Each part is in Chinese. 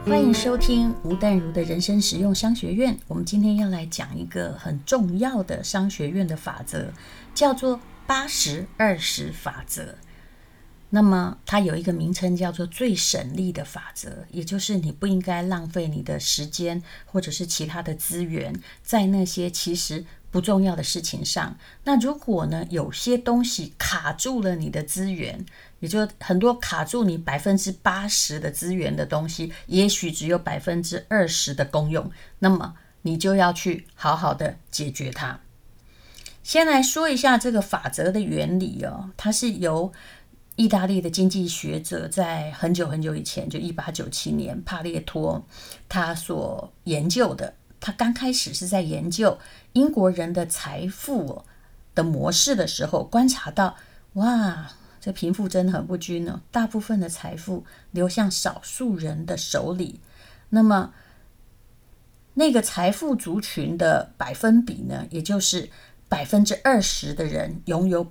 欢迎收听吴淡如的人生实用商学院。我们今天要来讲一个很重要的商学院的法则，叫做80-20法则。那么它有一个名称叫做最省力的法则，也就是你不应该浪费你的时间或者是其他的资源在那些其实不重要的事情上。那如果呢，有些东西卡住了你的资源，也就很多卡住你80%的资源的东西，也许只有20%的功用，那么你就要去好好的解决它。先来说一下这个法则的原理哦，它是由意大利的经济学者在很久很久以前，就1897年，帕列托他所研究的。他刚开始是在研究英国人的财富的模式的时候，观察到，哇，这贫富真的很不均哦，大部分的财富流向少数人的手里。那么那个财富族群的百分比呢，也就是20%的人拥有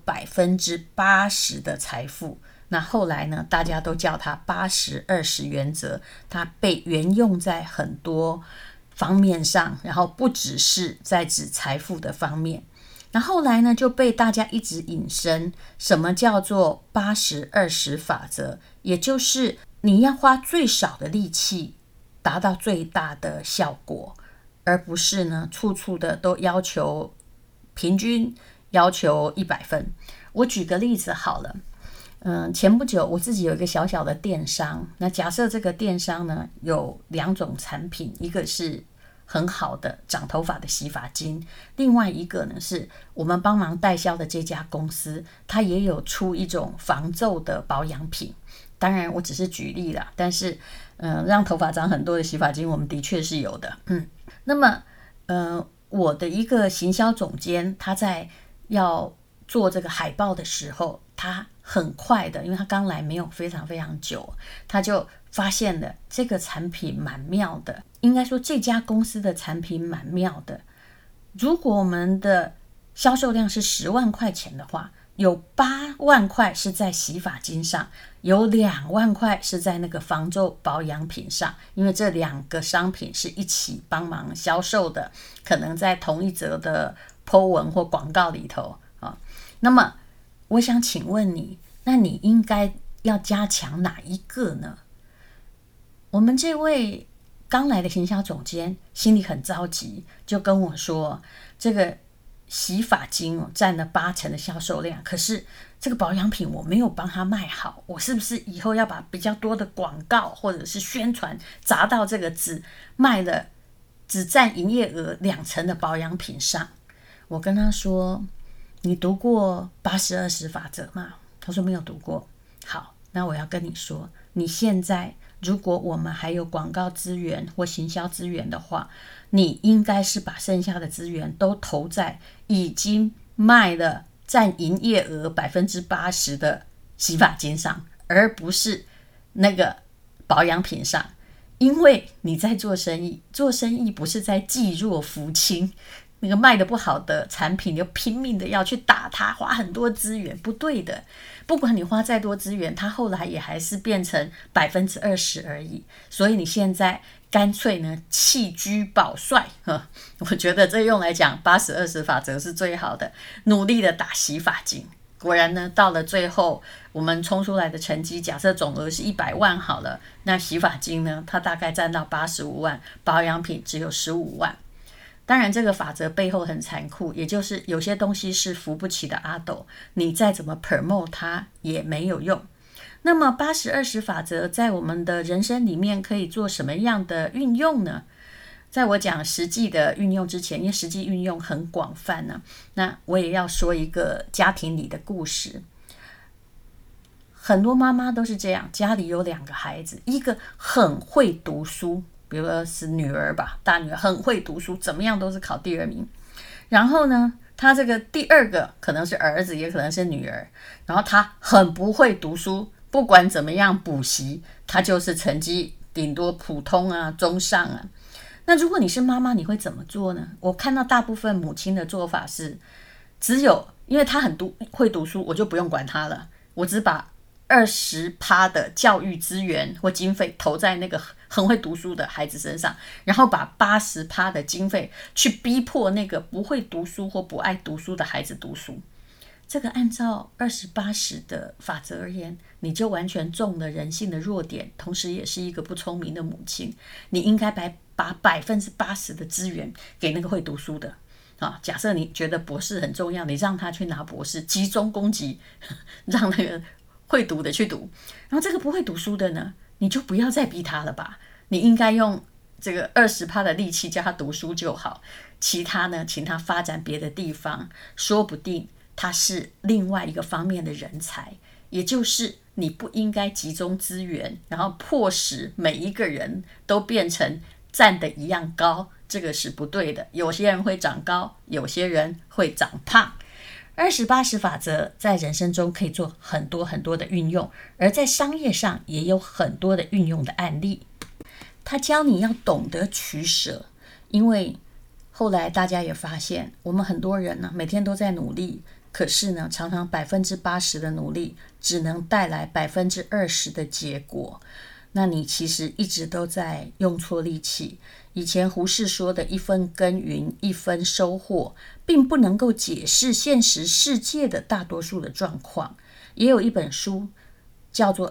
80%的财富。那后来呢，大家都叫它80-20原则，它被沿用在很多方面上，然后不只是在指财富的方面。那后来呢，就被大家一直引申，什么叫做80-20法则，也就是你要花最少的力气达到最大的效果，而不是呢处处的都要求平均，要求100分。我举个例子好了，前不久我自己有一个小小的电商，那假设这个电商呢有2种产品，一个是很好的长头发的洗发精，另外一个呢是我们帮忙代销的这家公司，它也有出一种防皱的保养品。当然我只是举例啦，但是让头发长很多的洗发精我们的确是有的。那么我的一个行销总监，他在要做这个海报的时候，他很快的，因为他刚来没有非常非常久，他就发现了这个产品蛮妙的，应该说这家公司的产品蛮妙的。如果我们的销售量是10万块钱的话，有8万块是在洗发精上，有2万块是在那个防皱保养品上，因为这2个商品是一起帮忙销售的，可能在同一则的 po 文或广告里头。那么我想请问你，那你应该要加强哪一个呢？我们这位刚来的行销总监心里很着急，就跟我说，这个洗发精占了80%的销售量，可是这个保养品我没有帮他卖好，我是不是以后要把比较多的广告或者是宣传砸到这个只占营业额2%的保养品上？我跟他说，你读过80-20法则吗？他说没有读过。好，那我要跟你说，你现在如果我们还有广告资源或行销资源的话，你应该是把剩下的资源都投在已经卖了占营业额80%的洗发精上，而不是那个保养品上。因为你在做生意，做生意不是在济弱扶倾，那个卖的不好的产品，你就拼命的要去打它，花很多资源，不对的。不管你花再多资源，它后来也还是变成20%而已。所以你现在干脆呢弃车保帅，我觉得这用来讲80-20法则是最好的，努力的打洗发精。果然呢，到了最后我们冲出来的成绩，假设总额是100万好了，那洗发精呢，它大概占到85万，保养品只有15万。当然这个法则背后很残酷，也就是有些东西是扶不起的阿斗，你再怎么 promote 它也没有用。那么80-20法则在我们的人生里面可以做什么样的运用呢？在我讲实际的运用之前，因为实际运用很广泛呢，那我也要说一个家庭里的故事。很多妈妈都是这样，家里有2个孩子，一个很会读书，比如说是女儿吧，大女儿很会读书，怎么样都是考第2名。然后呢，她这个第2个可能是儿子，也可能是女儿，然后她很不会读书，不管怎么样补习，她就是成绩顶多普通啊，中上啊。那如果你是妈妈，你会怎么做呢？我看到大部分母亲的做法是，只有因为她会读书，我就不用管她了，我只把 20%的教育资源或经费投在那个很会读书的孩子身上，然后把80%的经费去逼迫那个不会读书或不爱读书的孩子读书。这个按照20-80的法则而言，你就完全中了人性的弱点，同时也是一个不聪明的母亲。你应该把80%的资源给那个会读书的。假设你觉得博士很重要，你让他去拿博士，集中攻击，让那个会读的去读。然后这个不会读书的呢，你就不要再逼他了吧。你应该用这个20%的力气叫他读书就好，其他呢，请他发展别的地方，说不定他是另外一个方面的人才。也就是你不应该集中资源，然后迫使每一个人都变成站得一样高，这个是不对的。有些人会长高，有些人会长胖。20-80法则在人生中可以做很多很多的运用，而在商业上也有很多的运用的案例。他教你要懂得取舍，因为后来大家也发现，我们很多人呢，每天都在努力，可是呢，常常80%的努力只能带来20%的结果。那你其实一直都在用错力气。以前胡适说的一分耕耘一分收获，并不能够解释现实世界的大多数的状况。也有一本书叫做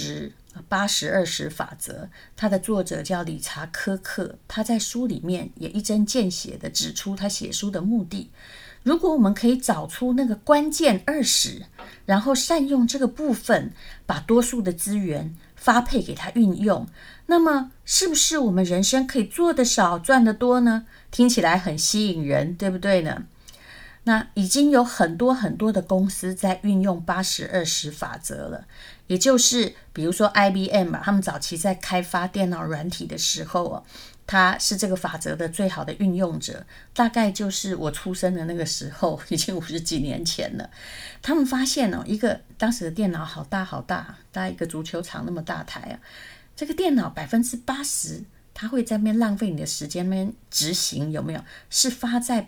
80-20法则，它的作者叫理查科克，他在书里面也一针见血地指出他写书的目的。如果我们可以找出那个关键20，然后善用这个部分，把多数的资源发配给它运用，那么是不是我们人生可以做得少赚得多呢？听起来很吸引人，对不对呢？那已经有很多很多的公司在运用80-20法则了，也就是比如说 IBM 他们早期在开发电脑软体的时候他是这个法则的最好的运用者，大概就是我出生的那个时候，已经50几年前了。他们发现一个当时的电脑好大好大，大概一个足球场那么大台这个电脑80%它会在那边浪费你的时间，那边执行有没有？是发在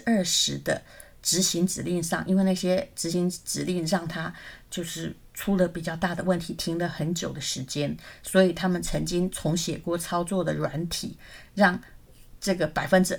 20%的执行指令上，因为那些执行指令让它就是出了比较大的问题，停了很久的时间，所以他们曾经重写过操作的软体，让这个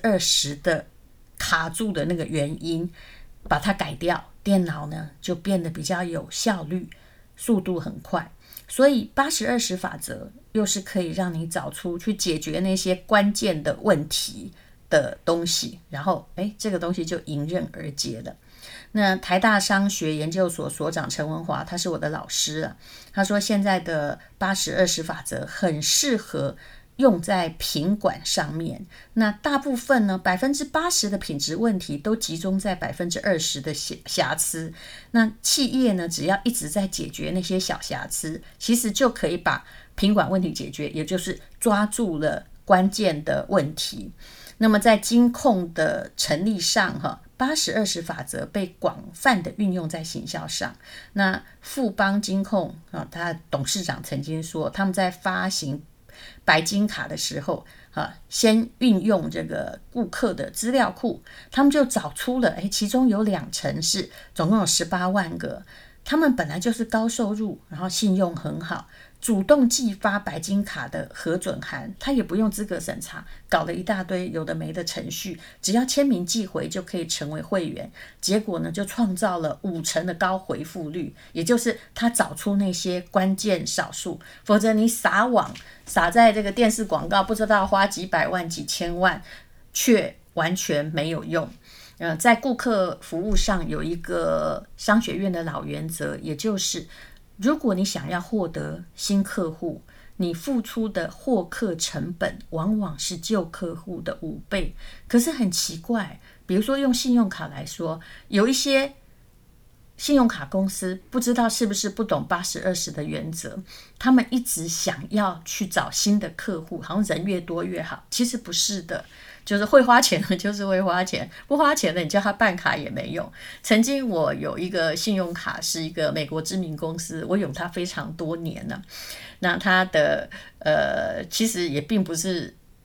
20%的卡住的那个原因把它改掉，电脑呢就变得比较有效率，速度很快。所以80-20法则又是可以让你找出去解决那些关键的问题的东西，然后这个东西就迎刃而解了。那台大商学研究所所长陈文华，他是我的老师他说现在的80-20法则很适合用在品管上面。那大部分呢，80%的品质问题都集中在20%的瑕疵。那企业呢，只要一直在解决那些小瑕疵，其实就可以把品管问题解决，也就是抓住了关键的问题。那么在金控的成立上80-20法则被广泛的运用在行销上。那富邦金控他的董事长曾经说，他们在发行白金卡的时候先运用这个顾客的资料库，他们就找出了其中有20%是总共有18万个，他们本来就是高收入，然后信用很好，主动寄发白金卡的核准函，他也不用资格审查，搞了一大堆有的没的程序，只要签名寄回就可以成为会员。结果呢，就创造了50%的高回复率，也就是他找出那些关键少数，否则你撒网撒在这个电视广告，不知道花几百万几千万，却完全没有用。在顾客服务上有一个商学院的老原则，也就是如果你想要获得新客户，你付出的获客成本往往是旧客户的5倍。可是很奇怪，比如说用信用卡来说，有一些信用卡公司不知道是不是不懂80-20的原则，他们一直想要去找新的客户，好像人越多越好。其实不是的，就是会花钱的就是会花钱，不花钱的你叫他办卡也没用。曾经我有一个信用卡是一个美国知名公司，我有它非常多年了。那它的其实也并不是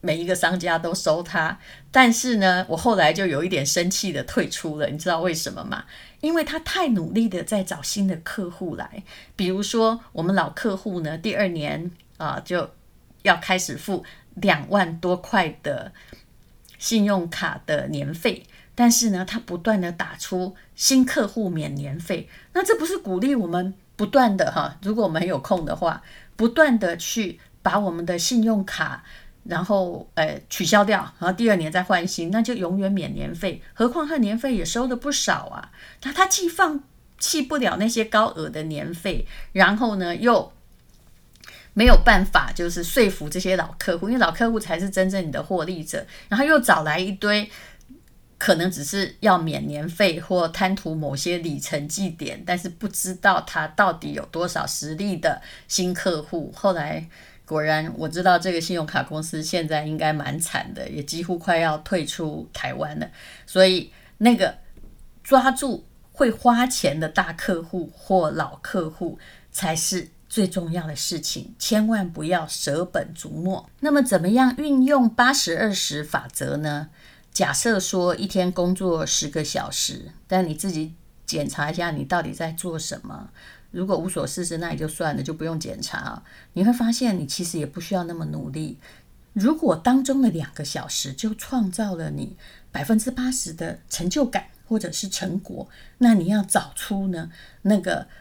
每一个商家都收他。但是呢，我后来就有一点生气的退出了，你知道为什么吗？因为他太努力的在找新的客户来，比如说我们老客户呢，第2年就要开始付2万多块的信用卡的年费，但是呢，他不断的打出新客户免年费，那这不是鼓励我们不断的如果我们很有空的话，不断的去把我们的信用卡然后取消掉，然后第2年再换新，那就永远免年费。何况他年费也收的不少啊，他既放弃不了那些高额的年费，然后呢又没有办法就是说服这些老客户，因为老客户才是真正你的获利者，然后又找来一堆可能只是要免年费或贪图某些里程绩点，但是不知道他到底有多少实力的新客户。后来果然我知道这个信用卡公司现在应该蛮惨的，也几乎快要退出台湾了。所以那个抓住会花钱的大客户或老客户才是最重要的事情，千万不要舍本逐末。那么怎么样运用80-20法则呢？假设说一天工作10个小时，但你自己检查一下你到底在做什么。如果无所事事，那也就算了，就不用检查。你会发现你其实也不需要那么努力。如果当中的2个小时就创造了你80%的成就感或者是成果，那你要找出呢那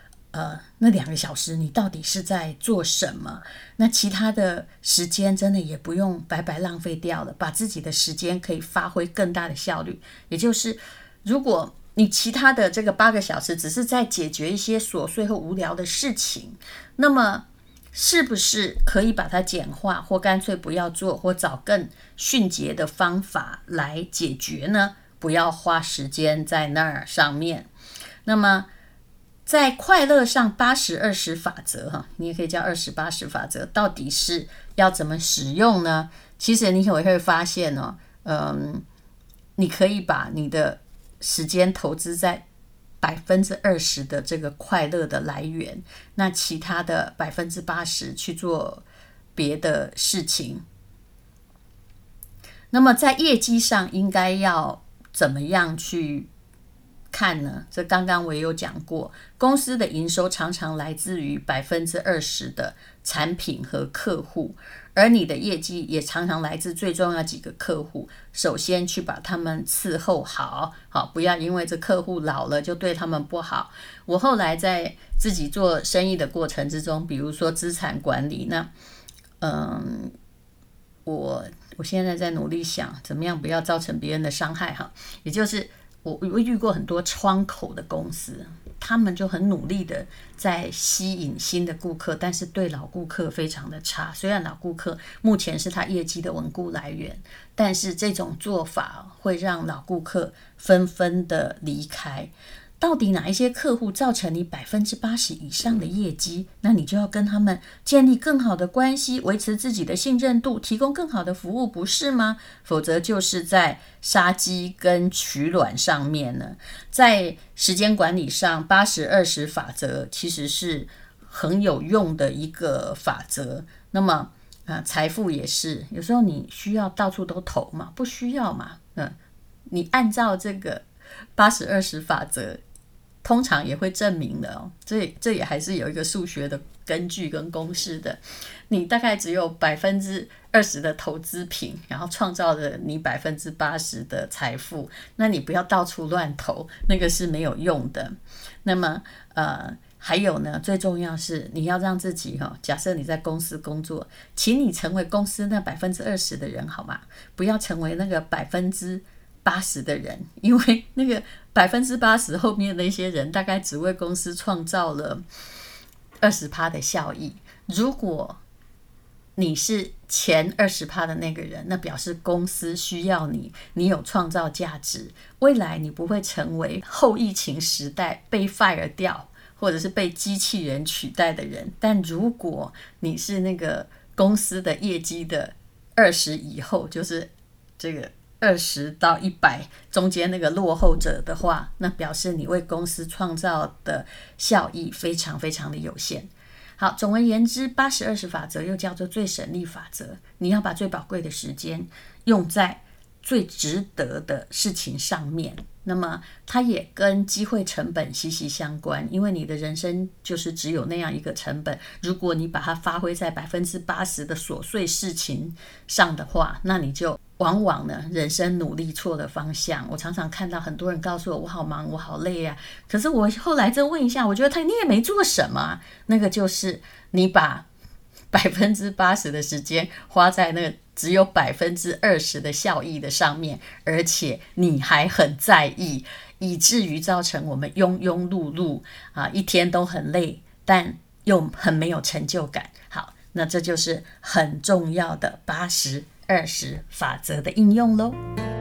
2个小时你到底是在做什么？那其他的时间真的也不用白白浪费掉了，把自己的时间可以发挥更大的效率。也就是如果你其他的这个8个小时只是在解决一些琐碎和无聊的事情，那么是不是可以把它简化，或干脆不要做，或找更迅捷的方法来解决呢？不要花时间在那儿上面。那么在快乐上80-20法则，你也可以叫20-80法则，到底是要怎么使用呢？其实你也会发现你可以把你的时间投资在20%的这个快乐的来源，那其他的80%去做别的事情。那么在业绩上应该要怎么样去看呢？这刚刚我也有讲过，公司的营收常常来自于20%的产品和客户，而你的业绩也常常来自最重要几个客户。首先去把他们伺候好，不要因为这客户老了就对他们不好。我后来在自己做生意的过程之中，比如说资产管理，那我现在在努力想怎么样不要造成别人的伤害也就是我遇过很多窗口的公司，他们就很努力的在吸引新的顾客，但是对老顾客非常的差。虽然老顾客目前是他业绩的稳固来源，但是这种做法会让老顾客纷纷的离开。到底哪一些客户造成你80%以上的业绩，那你就要跟他们建立更好的关系，维持自己的信任度，提供更好的服务，不是吗？否则就是在杀鸡跟取卵上面呢。在时间管理上，80-20法则其实是很有用的一个法则。那么财富也是，有时候你需要到处都投嘛，不需要嘛。你按照这个80-20法则通常也会证明的这也还是有一个数学的根据跟公式的。你大概只有20%的投资品，然后创造了你80%的财富，那你不要到处乱投，那个是没有用的。那么还有呢，最重要是你要让自己假设你在公司工作，请你成为公司那20%的人好吗？不要成为那个80%的人，因为那个80%后面的一些人大概只为公司创造了20%的效益。如果你是前20%的那个人，那表示公司需要你，你有创造价值，未来你不会成为后疫情时代被 fire 掉或者是被机器人取代的人。但如果你是那个公司的业绩的20以后，就是这个20到100中间那个落后者的话，那表示你为公司创造的效益非常非常的有限。 好，总而言之，80-20法则又叫做最省力法则。你要把最宝贵的时间用在最值得的事情上面。那么它也跟机会成本息息相关，因为你的人生就是只有那样一个成本。如果你把它发挥在80%的琐碎事情上的话，那你就往往呢人生努力错了方向。我常常看到很多人告诉我，我好忙，我好累啊。可是我后来再问一下，我觉得你也没做什么啊。那个就是你把80%的时间花在那个只有20%的效益的上面，而且你还很在意，以至于造成我们庸庸碌碌啊，一天都很累，但又很没有成就感。好，那这就是很重要的80-20法则的应用咯。